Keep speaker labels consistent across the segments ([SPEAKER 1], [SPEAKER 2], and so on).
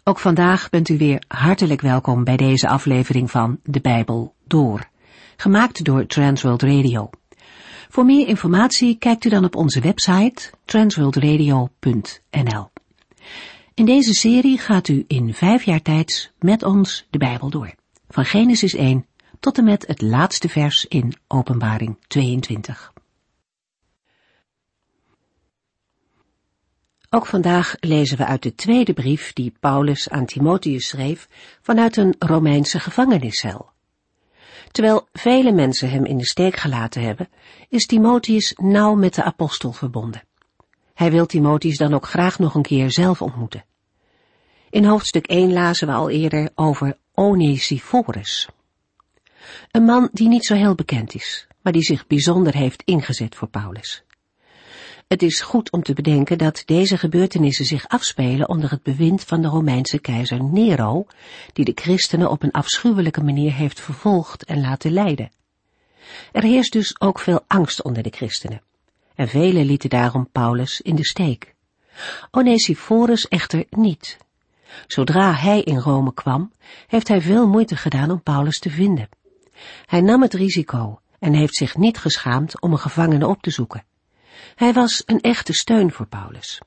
[SPEAKER 1] Ook vandaag bent u weer hartelijk welkom bij deze aflevering van De Bijbel Door, gemaakt door Transworld Radio. Voor meer informatie kijkt u dan op onze website transworldradio.nl. In deze serie gaat u in 5 jaar tijd met ons de Bijbel door, van Genesis 1 tot en met het laatste vers in Openbaring 22. Ook vandaag lezen we uit de tweede brief die Paulus aan Timotheus schreef vanuit een Romeinse gevangeniscel. Terwijl vele mensen hem in de steek gelaten hebben, is Timotheus nauw met de apostel verbonden. Hij wil Timotheus dan ook graag nog een keer zelf ontmoeten. In hoofdstuk 1 lazen we al eerder over Onesiphorus. Een man die niet zo heel bekend is, maar die zich bijzonder heeft ingezet voor Paulus. Het is goed om te bedenken dat deze gebeurtenissen zich afspelen onder het bewind van de Romeinse keizer Nero, die de christenen op een afschuwelijke manier heeft vervolgd en laten lijden. Er heerst dus ook veel angst onder de christenen, en velen lieten daarom Paulus in de steek. Onesiphorus echter niet. Zodra hij in Rome kwam, heeft hij veel moeite gedaan om Paulus te vinden. Hij nam het risico en heeft zich niet geschaamd om een gevangene op te zoeken. Hij was een echte steun voor Paulus.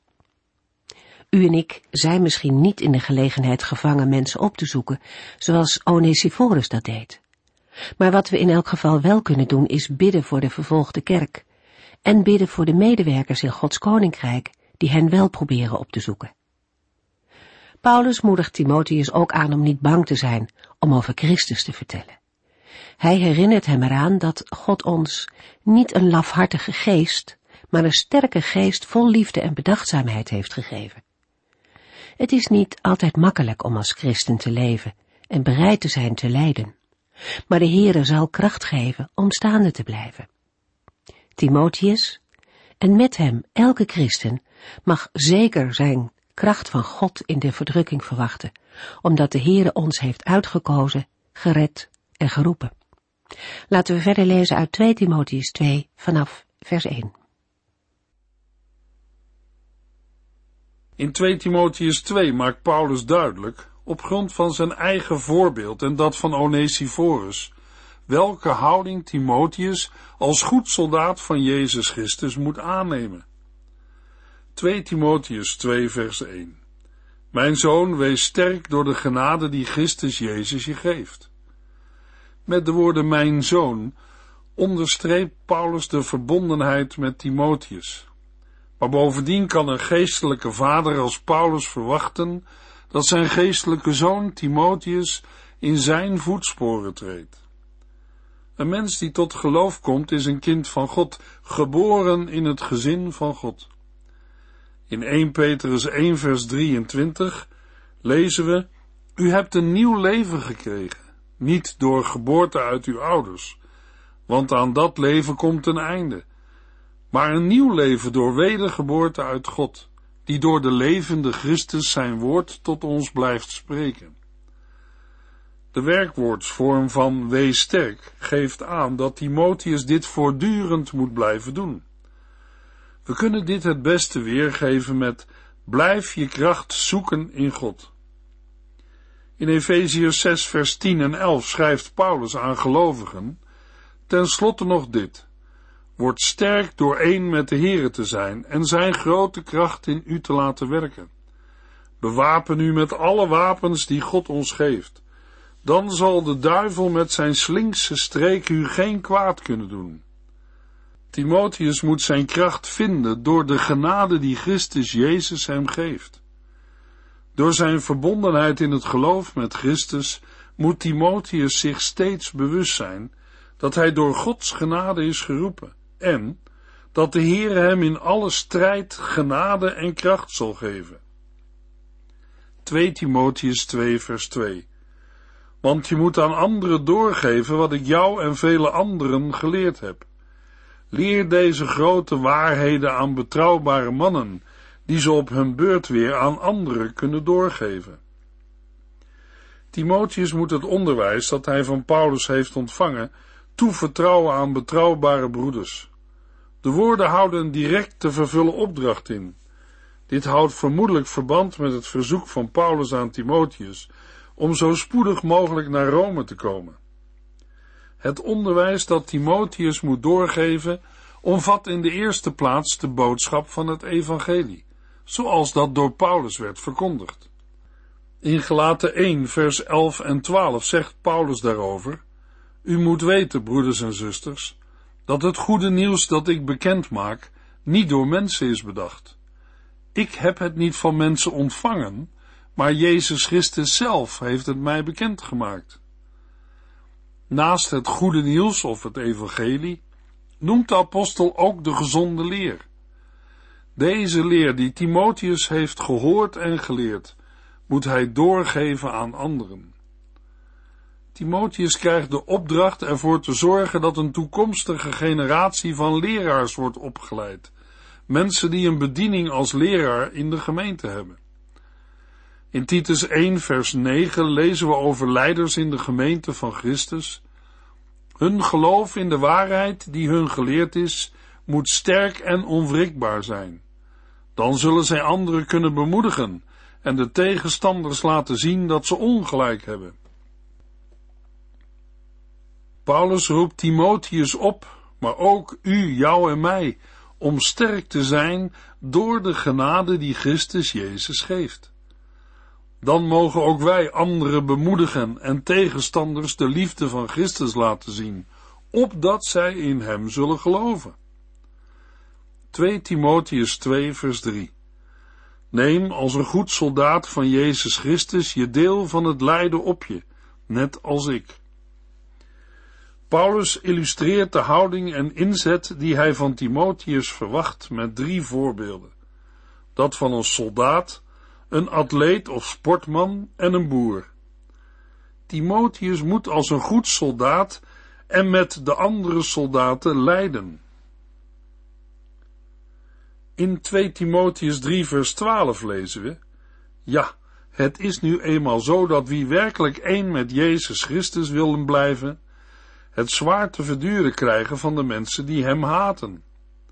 [SPEAKER 1] U en ik zijn misschien niet in de gelegenheid gevangen mensen op te zoeken, zoals Onesiphorus dat deed. Maar wat we in elk geval wel kunnen doen, is bidden voor de vervolgde kerk en bidden voor de medewerkers in Gods koninkrijk die hen wel proberen op te zoeken. Paulus moedigt Timotheus ook aan om niet bang te zijn om over Christus te vertellen. Hij herinnert hem eraan dat God ons niet een lafhartige geest, maar een sterke geest vol liefde en bedachtzaamheid heeft gegeven. Het is niet altijd makkelijk om als christen te leven en bereid te zijn te lijden, maar de Heere zal kracht geven om staande te blijven. Timotheus, en met hem elke christen, mag zeker zijn kracht van God in de verdrukking verwachten, omdat de Heere ons heeft uitgekozen, gered en geroepen. Laten we verder lezen uit 2 Timotheus 2 vanaf vers 1.
[SPEAKER 2] In 2 Timotheus 2 maakt Paulus duidelijk, op grond van zijn eigen voorbeeld en dat van Onesiphorus, welke houding Timotheus als goed soldaat van Jezus Christus moet aannemen. 2 Timotheus 2 vers 1. Mijn zoon, wees sterk door de genade die Christus Jezus je geeft. Met de woorden mijn zoon onderstreept Paulus de verbondenheid met Timotheus. Maar bovendien kan een geestelijke vader als Paulus verwachten dat zijn geestelijke zoon Timotheus in zijn voetsporen treedt. Een mens die tot geloof komt is een kind van God, geboren in het gezin van God. In 1 Petrus 1 vers 23 lezen we, u hebt een nieuw leven gekregen, niet door geboorte uit uw ouders, want aan dat leven komt een einde. Maar een nieuw leven door wedergeboorte uit God, die door de levende Christus zijn woord tot ons blijft spreken. De werkwoordsvorm van wees sterk geeft aan dat Timotheus dit voortdurend moet blijven doen. We kunnen dit het beste weergeven met blijf je kracht zoeken in God. In Efeziërs 6 vers 10 en 11 schrijft Paulus aan gelovigen, ten slotte nog dit, word sterk door één met de Heere te zijn en zijn grote kracht in u te laten werken. Bewapen u met alle wapens die God ons geeft. Dan zal de duivel met zijn slinkse streek u geen kwaad kunnen doen. Timotheus moet zijn kracht vinden door de genade die Christus Jezus hem geeft. Door zijn verbondenheid in het geloof met Christus moet Timotheus zich steeds bewust zijn dat hij door Gods genade is geroepen en dat de Heere hem in alle strijd genade en kracht zal geven. 2 Timotheus 2 vers 2. Want je moet aan anderen doorgeven wat ik jou en vele anderen geleerd heb. Leer deze grote waarheden aan betrouwbare mannen, die ze op hun beurt weer aan anderen kunnen doorgeven. Timotheus moet het onderwijs dat hij van Paulus heeft ontvangen toevertrouwen aan betrouwbare broeders. De woorden houden een direct te vervullen opdracht in. Dit houdt vermoedelijk verband met het verzoek van Paulus aan Timotheus om zo spoedig mogelijk naar Rome te komen. Het onderwijs dat Timotheus moet doorgeven omvat in de eerste plaats de boodschap van het evangelie, zoals dat door Paulus werd verkondigd. In Galaten 1 vers 11 en 12 zegt Paulus daarover: U moet weten, broeders en zusters, dat het goede nieuws dat ik bekend maak niet door mensen is bedacht. Ik heb het niet van mensen ontvangen, maar Jezus Christus zelf heeft het mij bekendgemaakt. Naast het goede nieuws of het evangelie noemt de apostel ook de gezonde leer. Deze leer die Timotheus heeft gehoord en geleerd, moet hij doorgeven aan anderen. Timotheus krijgt de opdracht ervoor te zorgen dat een toekomstige generatie van leraars wordt opgeleid, mensen die een bediening als leraar in de gemeente hebben. In Titus 1 vers 9 lezen we over leiders in de gemeente van Christus. Hun geloof in de waarheid die hun geleerd is, moet sterk en onwrikbaar zijn. Dan zullen zij anderen kunnen bemoedigen en de tegenstanders laten zien dat ze ongelijk hebben. Paulus roept Timotheus op, maar ook u, jou en mij, om sterk te zijn door de genade die Christus Jezus geeft. Dan mogen ook wij anderen bemoedigen en tegenstanders de liefde van Christus laten zien, opdat zij in hem zullen geloven. 2 Timotheus 2 vers 3. Neem als een goed soldaat van Jezus Christus je deel van het lijden op je, net als ik. Paulus illustreert de houding en inzet die hij van Timotheus verwacht met 3 voorbeelden. Dat van een soldaat, een atleet of sportman en een boer. Timotheus moet als een goed soldaat en met de andere soldaten lijden. In 2 Timotheus 3 vers 12 lezen we: Ja, het is nu eenmaal zo dat wie werkelijk één met Jezus Christus willen blijven, het zwaar te verduren krijgen van de mensen die hem haten.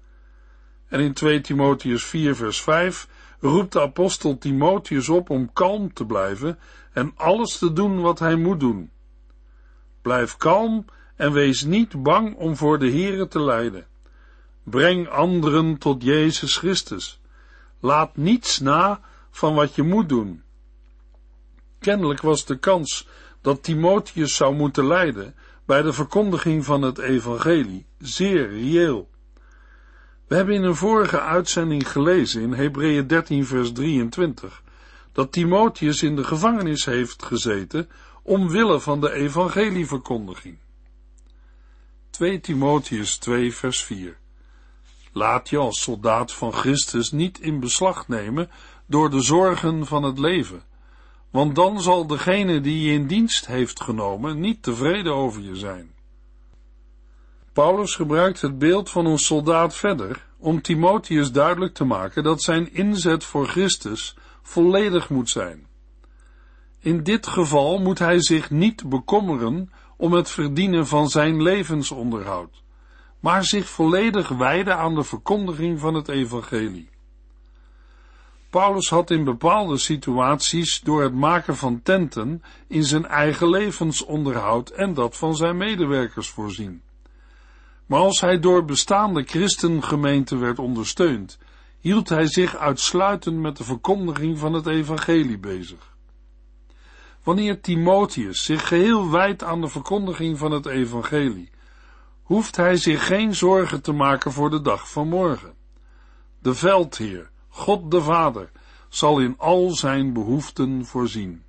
[SPEAKER 2] En in 2 Timotheus 4 vers 5 roept de apostel Timotheus op om kalm te blijven en alles te doen wat hij moet doen. Blijf kalm en wees niet bang om voor de Here te lijden. Breng anderen tot Jezus Christus. Laat niets na van wat je moet doen. Kennelijk was de kans dat Timotheus zou moeten lijden bij de verkondiging van het evangelie zeer reëel. We hebben in een vorige uitzending gelezen in Hebreeën 13 vers 23 dat Timotheus in de gevangenis heeft gezeten omwille van de evangelieverkondiging. 2 Timotheus 2 vers 4. Laat je als soldaat van Christus niet in beslag nemen door de zorgen van het leven, want dan zal degene die je in dienst heeft genomen niet tevreden over je zijn. Paulus gebruikt het beeld van een soldaat verder om Timotheus duidelijk te maken dat zijn inzet voor Christus volledig moet zijn. In dit geval moet hij zich niet bekommeren om het verdienen van zijn levensonderhoud, maar zich volledig wijden aan de verkondiging van het evangelie. Paulus had in bepaalde situaties door het maken van tenten in zijn eigen levensonderhoud en dat van zijn medewerkers voorzien. Maar als hij door bestaande christengemeenten werd ondersteund, hield hij zich uitsluitend met de verkondiging van het evangelie bezig. Wanneer Timotheus zich geheel wijdt aan de verkondiging van het evangelie, hoeft hij zich geen zorgen te maken voor de dag van morgen. De veldheer, God de Vader, zal in al zijn behoeften voorzien.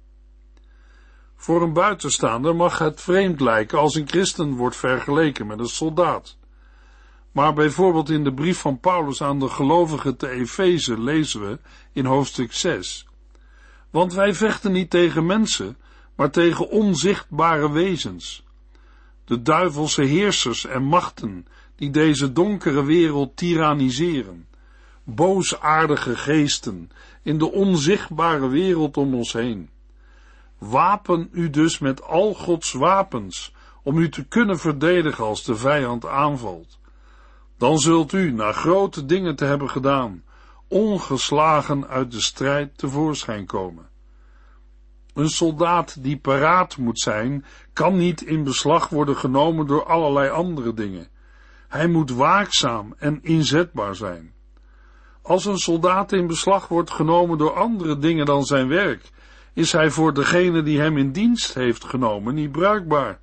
[SPEAKER 2] Voor een buitenstaander mag het vreemd lijken als een christen wordt vergeleken met een soldaat. Maar bijvoorbeeld in de brief van Paulus aan de gelovigen te Efeze lezen we in hoofdstuk 6. Want wij vechten niet tegen mensen, maar tegen onzichtbare wezens. De duivelse heersers en machten die deze donkere wereld tiranniseren. Boosaardige geesten in de onzichtbare wereld om ons heen. Wapen u dus met al Gods wapens, om u te kunnen verdedigen als de vijand aanvalt. Dan zult u, na grote dingen te hebben gedaan, ongeslagen uit de strijd tevoorschijn komen. Een soldaat die paraat moet zijn, kan niet in beslag worden genomen door allerlei andere dingen. Hij moet waakzaam en inzetbaar zijn. Als een soldaat in beslag wordt genomen door andere dingen dan zijn werk, is hij voor degene die hem in dienst heeft genomen niet bruikbaar.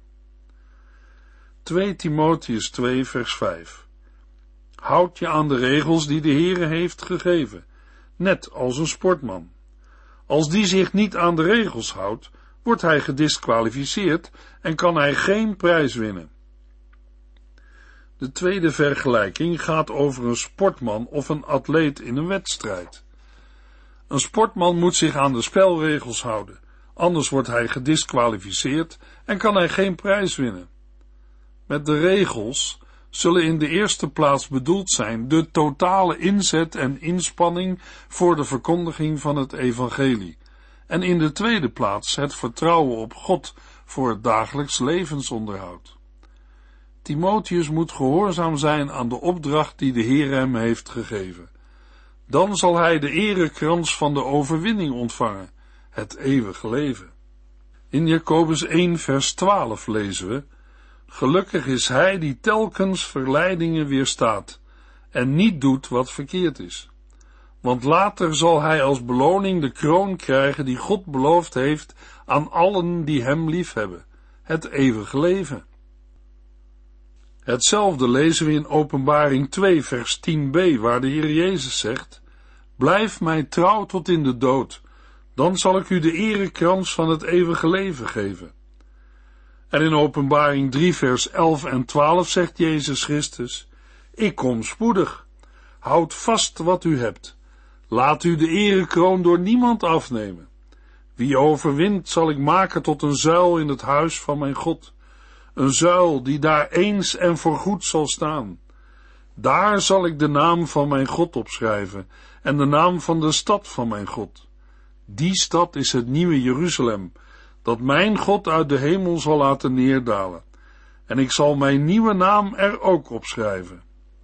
[SPEAKER 2] 2 Timotheüs 2 vers 5. Houd je aan de regels die de Heere heeft gegeven, net als een sportman. Als die zich niet aan de regels houdt, wordt hij gediskwalificeerd en kan hij geen prijs winnen. De tweede vergelijking gaat over een sportman of een atleet in een wedstrijd. Een sportman moet zich aan de spelregels houden, anders wordt hij gediskwalificeerd en kan hij geen prijs winnen. Met de regels zullen in de eerste plaats bedoeld zijn de totale inzet en inspanning voor de verkondiging van het evangelie, en in de tweede plaats het vertrouwen op God voor het dagelijks levensonderhoud. Timotheus moet gehoorzaam zijn aan de opdracht die de Heer hem heeft gegeven. Dan zal hij de erekrans van de overwinning ontvangen, het eeuwige leven. In Jacobus 1 vers 12 lezen we: Gelukkig is hij die telkens verleidingen weerstaat en niet doet wat verkeerd is. Want later zal hij als beloning de kroon krijgen die God beloofd heeft aan allen die hem liefhebben, het eeuwige leven. Hetzelfde lezen we in Openbaring 2 vers 10b, waar de Heer Jezus zegt: Blijf mij trouw tot in de dood, dan zal ik u de erekrans van het eeuwige leven geven. En in Openbaring 3 vers 11 en 12 zegt Jezus Christus: Ik kom spoedig, houd vast wat u hebt, laat u de erekroon door niemand afnemen. Wie overwint zal ik maken tot een zuil in het huis van mijn God, een zuil die daar eens en voorgoed zal staan. Daar zal ik de naam van mijn God opschrijven en de naam van de stad van mijn God. Die stad is het nieuwe Jeruzalem, dat mijn God uit de hemel zal laten neerdalen. En ik zal mijn nieuwe naam er ook opschrijven.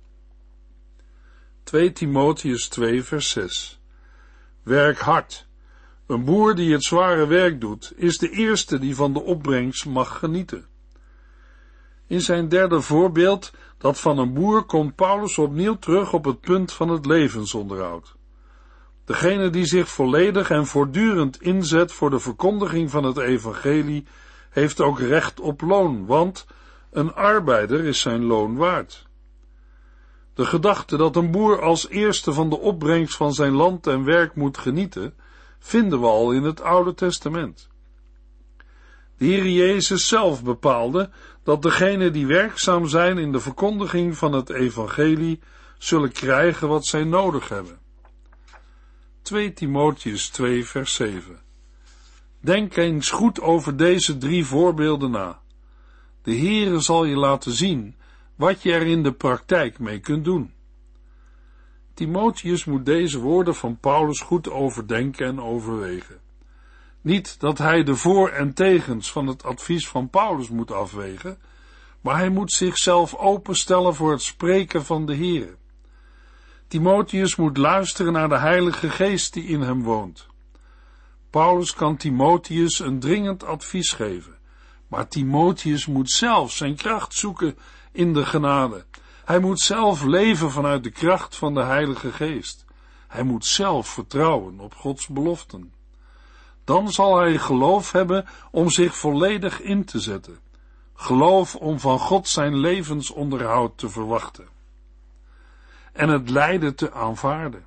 [SPEAKER 2] 2 Timotheüs 2 vers 6. Werk hard. Een boer die het zware werk doet, is de eerste die van de opbrengst mag genieten. In zijn derde voorbeeld, dat van een boer, komt Paulus opnieuw terug op het punt van het levensonderhoud. Degene die zich volledig en voortdurend inzet voor de verkondiging van het evangelie, heeft ook recht op loon, want een arbeider is zijn loon waard. De gedachte dat een boer als eerste van de opbrengst van zijn land en werk moet genieten, vinden we al in het Oude Testament. De Heer Jezus zelf bepaalde dat degenen die werkzaam zijn in de verkondiging van het evangelie zullen krijgen wat zij nodig hebben. 2 Timotheüs 2 vers 7. Denk eens goed over deze 3 voorbeelden na. De Heere zal je laten zien wat je er in de praktijk mee kunt doen. Timotheus moet deze woorden van Paulus goed overdenken en overwegen. Niet dat hij de voor- en tegens van het advies van Paulus moet afwegen, maar hij moet zichzelf openstellen voor het spreken van de Heere. Timotheus moet luisteren naar de Heilige Geest die in hem woont. Paulus kan Timotheus een dringend advies geven, maar Timotheus moet zelf zijn kracht zoeken in de genade. Hij moet zelf leven vanuit de kracht van de Heilige Geest. Hij moet zelf vertrouwen op Gods beloften. Dan zal hij geloof hebben om zich volledig in te zetten. Geloof om van God zijn levensonderhoud te verwachten. En het lijden te aanvaarden.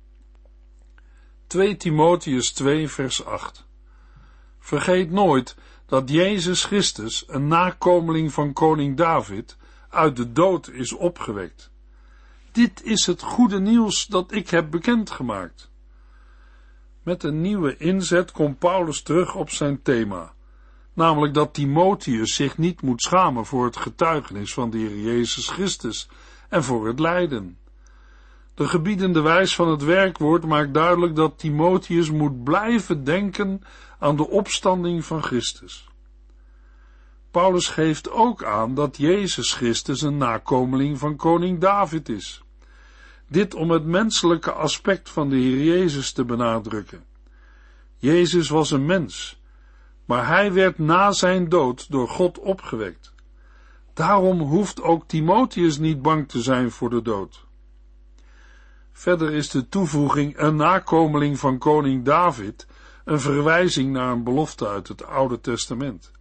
[SPEAKER 2] 2 Timotheüs 2 vers 8. Vergeet nooit dat Jezus Christus, een nakomeling van koning David, uit de dood is opgewekt. Dit is het goede nieuws dat ik heb bekendgemaakt. Met een nieuwe inzet komt Paulus terug op zijn thema, namelijk dat Timotheus zich niet moet schamen voor het getuigenis van de Heer Jezus Christus en voor het lijden. De gebiedende wijs van het werkwoord maakt duidelijk dat Timotheus moet blijven denken aan de opstanding van Christus. Paulus geeft ook aan dat Jezus Christus een nakomeling van koning David is. Dit om het menselijke aspect van de Heer Jezus te benadrukken. Jezus was een mens, maar hij werd na zijn dood door God opgewekt. Daarom hoeft ook Timotheus niet bang te zijn voor de dood. Verder is de toevoeging een nakomeling van koning David een verwijzing naar een belofte uit het Oude Testament.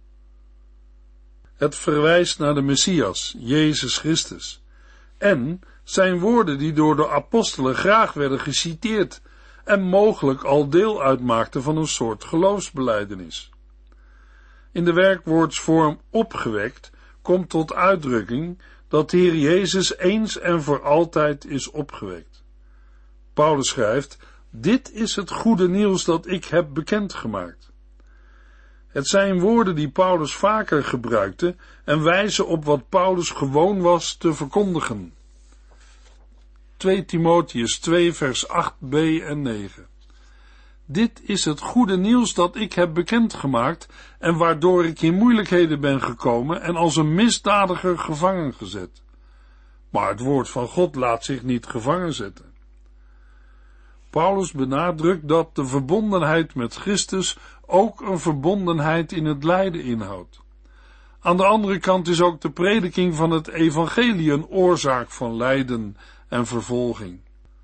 [SPEAKER 2] Het verwijst naar de Messias, Jezus Christus, en zijn woorden die door de apostelen graag werden geciteerd en mogelijk al deel uitmaakten van een soort geloofsbelijdenis. In de werkwoordsvorm opgewekt komt tot uitdrukking dat de Heer Jezus eens en voor altijd is opgewekt. Paulus schrijft: dit is het goede nieuws dat ik heb bekendgemaakt. Het zijn woorden die Paulus vaker gebruikte en wijzen op wat Paulus gewoon was te verkondigen. 2 Timotheus 2 vers 8b en 9. Dit is het goede nieuws dat ik heb bekendgemaakt en waardoor ik in moeilijkheden ben gekomen en als een misdadiger gevangen gezet. Maar het woord van God laat zich niet gevangen zetten. Paulus benadrukt dat de verbondenheid met Christus ook een verbondenheid in het lijden inhoudt. Aan de andere kant is ook de prediking van het evangelie een oorzaak van lijden en vervolging.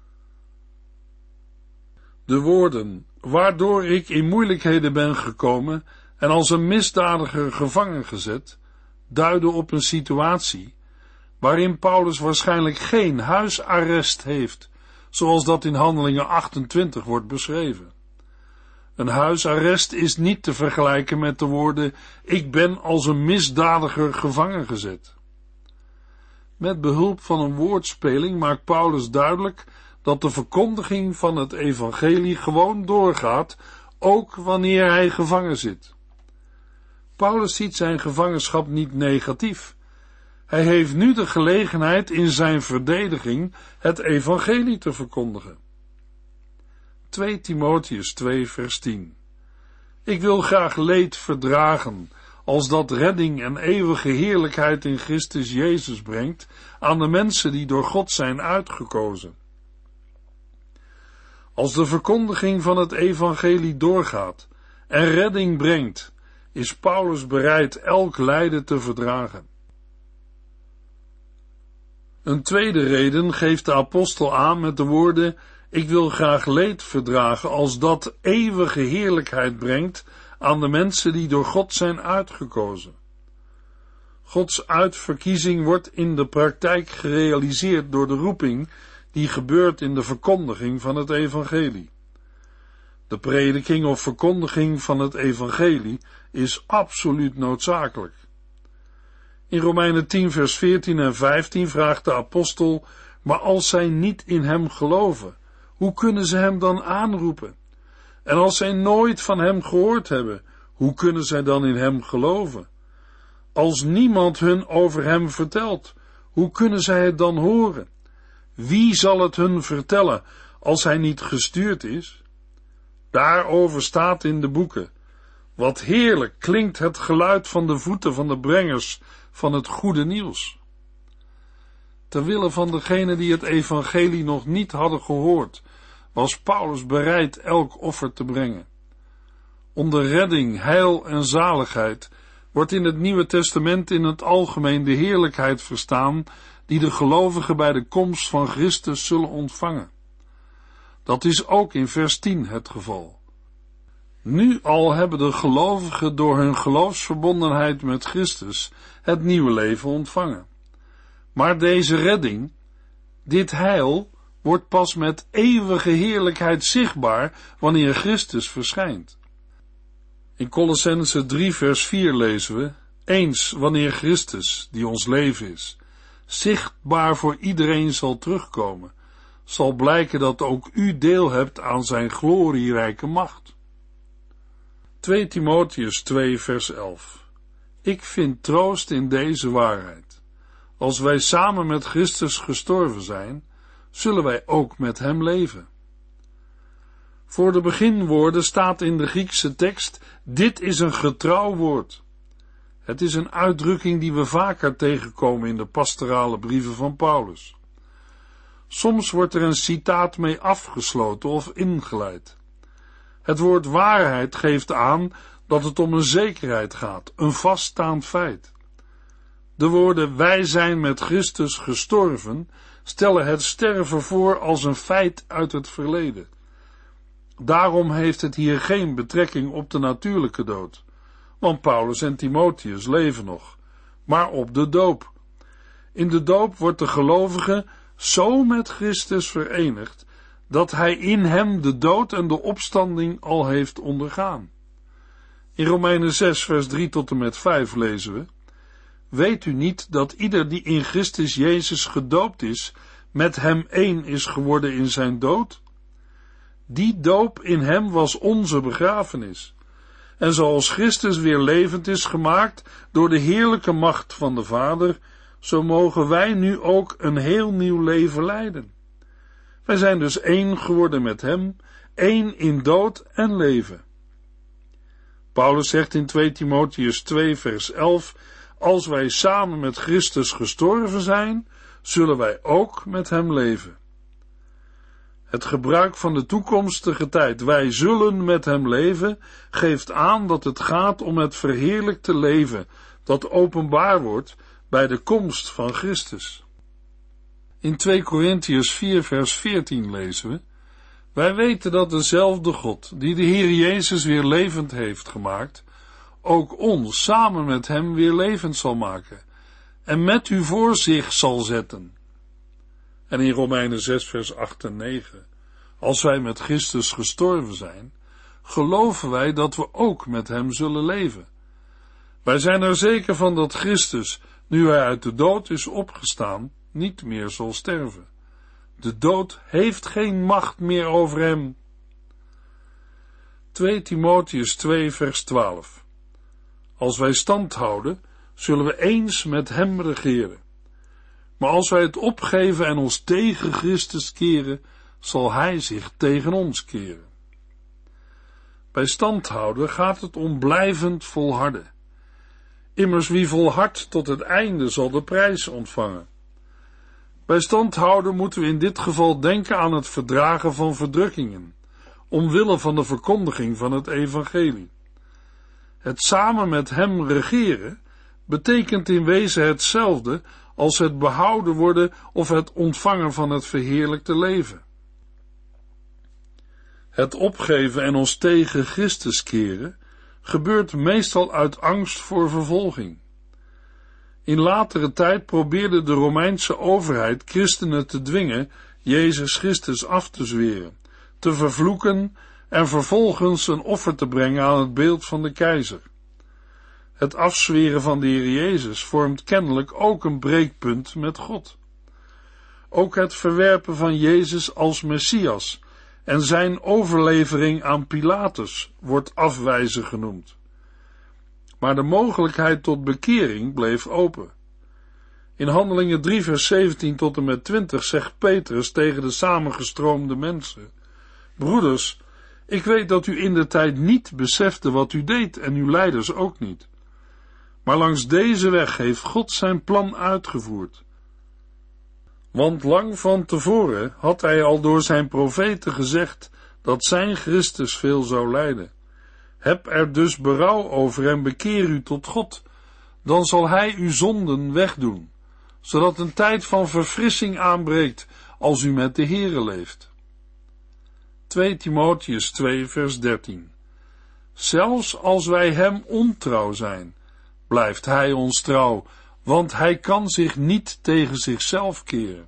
[SPEAKER 2] De woorden, waardoor ik in moeilijkheden ben gekomen en als een misdadiger gevangen gezet, duiden op een situatie waarin Paulus waarschijnlijk geen huisarrest heeft, zoals dat in Handelingen 28 wordt beschreven. Een huisarrest is niet te vergelijken met de woorden, ik ben als een misdadiger gevangen gezet. Met behulp van een woordspeling maakt Paulus duidelijk dat de verkondiging van het evangelie gewoon doorgaat, ook wanneer hij gevangen zit. Paulus ziet zijn gevangenschap niet negatief. Hij heeft nu de gelegenheid in zijn verdediging het evangelie te verkondigen. 2 Timotheus 2 vers 10. Ik wil graag leed verdragen, als dat redding en eeuwige heerlijkheid in Christus Jezus brengt aan de mensen die door God zijn uitgekozen. Als de verkondiging van het evangelie doorgaat en redding brengt, is Paulus bereid elk lijden te verdragen. Een tweede reden geeft de apostel aan met de woorden, ik wil graag leed verdragen als dat eeuwige heerlijkheid brengt aan de mensen die door God zijn uitgekozen. Gods uitverkiezing wordt in de praktijk gerealiseerd door de roeping die gebeurt in de verkondiging van het evangelie. De prediking of verkondiging van het evangelie is absoluut noodzakelijk. In Romeinen 10 vers 14 en 15 vraagt de apostel, maar als zij niet in hem geloven, hoe kunnen ze hem dan aanroepen? En als zij nooit van hem gehoord hebben, hoe kunnen zij dan in hem geloven? Als niemand hun over hem vertelt, hoe kunnen zij het dan horen? Wie zal het hun vertellen als hij niet gestuurd is? Daarover staat in de boeken, wat heerlijk klinkt het geluid van de voeten van de brengers van het goede nieuws. Ter wille van degenen die het evangelie nog niet hadden gehoord, was Paulus bereid elk offer te brengen. Onder redding, heil en zaligheid wordt in het Nieuwe Testament in het algemeen de heerlijkheid verstaan die de gelovigen bij de komst van Christus zullen ontvangen. Dat is ook in vers 10 het geval. Nu al hebben de gelovigen door hun geloofsverbondenheid met Christus het nieuwe leven ontvangen. Maar deze redding, dit heil, wordt pas met eeuwige heerlijkheid zichtbaar wanneer Christus verschijnt. In Kolossenzen 3 vers 4 lezen we, eens wanneer Christus, die ons leven is, zichtbaar voor iedereen zal terugkomen, zal blijken dat ook u deel hebt aan zijn glorierijke macht. 2 Timotheus 2 vers 11. Ik vind troost in deze waarheid. Als wij samen met Christus gestorven zijn, zullen wij ook met hem leven. Voor de beginwoorden staat in de Griekse tekst, dit is een getrouw woord. Het is een uitdrukking die we vaker tegenkomen in de pastorale brieven van Paulus. Soms wordt er een citaat mee afgesloten of ingeleid. Het woord waarheid geeft aan dat het om een zekerheid gaat, een vaststaand feit. De woorden wij zijn met Christus gestorven stellen het sterven voor als een feit uit het verleden. Daarom heeft het hier geen betrekking op de natuurlijke dood, want Paulus en Timotheus leven nog, maar op de doop. In de doop wordt de gelovige zo met Christus verenigd, dat hij in hem de dood en de opstanding al heeft ondergaan. In Romeinen 6 vers 3 tot en met 5 lezen we: Weet u niet dat ieder die in Christus Jezus gedoopt is, met hem één is geworden in zijn dood? Die doop in hem was onze begrafenis. En zoals Christus weer levend is gemaakt door de heerlijke macht van de Vader, zo mogen wij nu ook een heel nieuw leven leiden. Wij zijn dus één geworden met hem, één in dood en leven. Paulus zegt in 2 Timotheus 2 vers 11, als wij samen met Christus gestorven zijn, zullen wij ook met hem leven. Het gebruik van de toekomstige tijd, wij zullen met hem leven, geeft aan dat het gaat om het verheerlijkte leven, dat openbaar wordt bij de komst van Christus. In 2 Korintiërs 4 vers 14 lezen we: Wij weten dat dezelfde God, die de Heer Jezus weer levend heeft gemaakt, ook ons samen met hem weer levend zal maken en met u voor zich zal zetten. En in Romeinen 6 vers 8 en 9, als wij met Christus gestorven zijn, geloven wij dat we ook met hem zullen leven. Wij zijn er zeker van dat Christus, nu hij uit de dood is opgestaan, niet meer zal sterven. De dood heeft geen macht meer over hem. 2 Timotheus 2 vers 12. Als wij stand houden, zullen we eens met hem regeren. Maar als wij het opgeven en ons tegen Christus keren, zal hij zich tegen ons keren. Bij standhouden gaat het om blijvend volharden. Immers wie volhardt tot het einde zal de prijs ontvangen. Bij standhouden moeten we in dit geval denken aan het verdragen van verdrukkingen, omwille van de verkondiging van het evangelie. Het samen met hem regeren betekent in wezen hetzelfde als het behouden worden of het ontvangen van het verheerlijkte leven. Het opgeven en ons tegen Christus keren gebeurt meestal uit angst voor vervolging. In latere tijd probeerde de Romeinse overheid christenen te dwingen Jezus Christus af te zweren, te vervloeken en vervolgens een offer te brengen aan het beeld van de keizer. Het afzweren van de Heer Jezus vormt kennelijk ook een breekpunt met God. Ook het verwerpen van Jezus als Messias en zijn overlevering aan Pilatus wordt afwijzen genoemd. Maar de mogelijkheid tot bekering bleef open. In Handelingen 3 vers 17 tot en met 20 zegt Petrus tegen de samengestroomde mensen: Broeders, ik weet dat u indertijd niet besefte wat u deed en uw leiders ook niet. Maar langs deze weg heeft God zijn plan uitgevoerd. Want lang van tevoren had hij al door zijn profeten gezegd dat zijn Christus veel zou lijden. Heb er dus berouw over en bekeer u tot God, dan zal hij uw zonden wegdoen, zodat een tijd van verfrissing aanbreekt als u met de Heere leeft. 2 Timotheus 2 vers 13. Zelfs als wij hem ontrouw zijn, blijft hij ons trouw, want hij kan zich niet tegen zichzelf keren.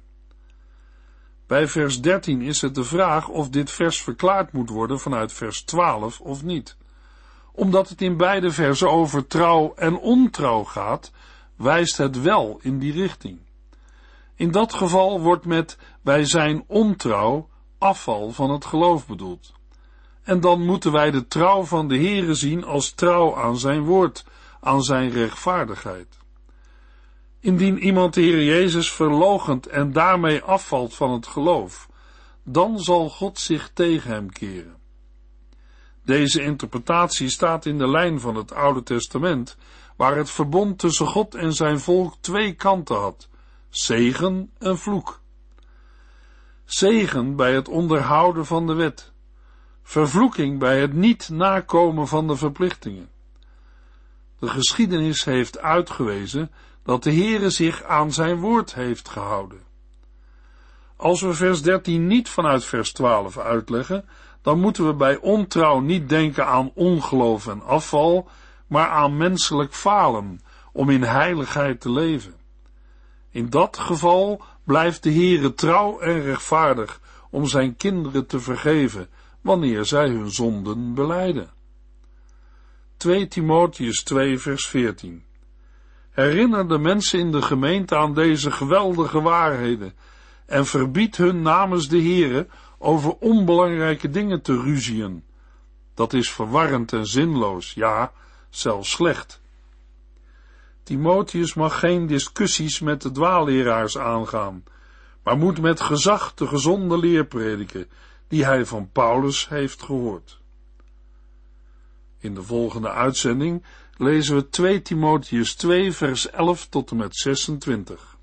[SPEAKER 2] Bij vers 13 is het de vraag of dit vers verklaard moet worden vanuit vers 12 of niet. Omdat het in beide versen over trouw en ontrouw gaat, wijst het wel in die richting. In dat geval wordt met wij zijn ontrouw afval van het geloof bedoeld. En dan moeten wij de trouw van de Heere zien als trouw aan zijn woord, aan zijn rechtvaardigheid. Indien iemand de Heer Jezus verloochent en daarmee afvalt van het geloof, dan zal God zich tegen hem keren. Deze interpretatie staat in de lijn van het Oude Testament, waar het verbond tussen God en zijn volk twee kanten had, zegen en vloek. zegen bij het onderhouden van de wet, vervloeking bij het niet nakomen van de verplichtingen. De geschiedenis heeft uitgewezen dat de Heere zich aan zijn woord heeft gehouden. Als we vers 13 niet vanuit vers 12 uitleggen, dan moeten we bij ontrouw niet denken aan ongeloof en afval, maar aan menselijk falen om in heiligheid te leven. In dat geval blijft de Heere trouw en rechtvaardig om zijn kinderen te vergeven, wanneer zij hun zonden belijden. 2 Timotheüs 2 vers 14. Herinner de mensen in de gemeente aan deze geweldige waarheden en verbied hun namens de Heere over onbelangrijke dingen te ruzien. Dat is verwarrend en zinloos, ja, zelfs slecht. Timotheus mag geen discussies met de dwaalleraars aangaan, maar moet met gezag de gezonde leer prediken, die hij van Paulus heeft gehoord. In de volgende uitzending lezen we 2 Timotheüs 2 vers 11 tot en met 26.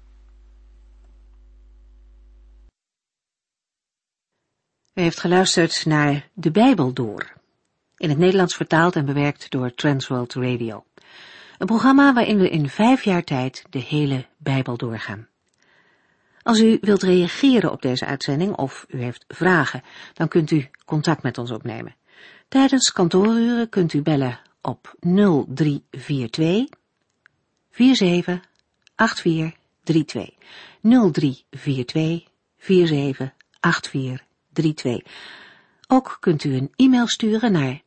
[SPEAKER 1] U heeft geluisterd naar De Bijbel Door, in het Nederlands vertaald en bewerkt door Transworld Radio. Een programma waarin we in 5 jaar tijd de hele Bijbel doorgaan. Als u wilt reageren op deze uitzending of u heeft vragen, dan kunt u contact met ons opnemen. Tijdens kantooruren kunt u bellen op 0342 478432. 0342 478432. Ook kunt u een e-mail sturen naar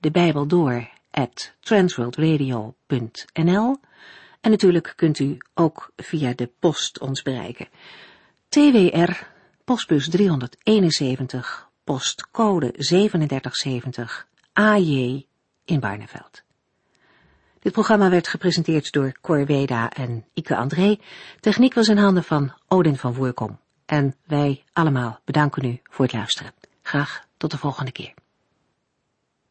[SPEAKER 1] debijbeldoor@transworldradio.nl en natuurlijk kunt u ook via de post ons bereiken. TWR, postbus 371, postcode 3770, AJ in Barneveld. Dit programma werd gepresenteerd door Cor Weda en Ike André. Techniek was in handen van Odin van Woerkom. En wij allemaal bedanken u voor het luisteren. Graag tot de volgende keer.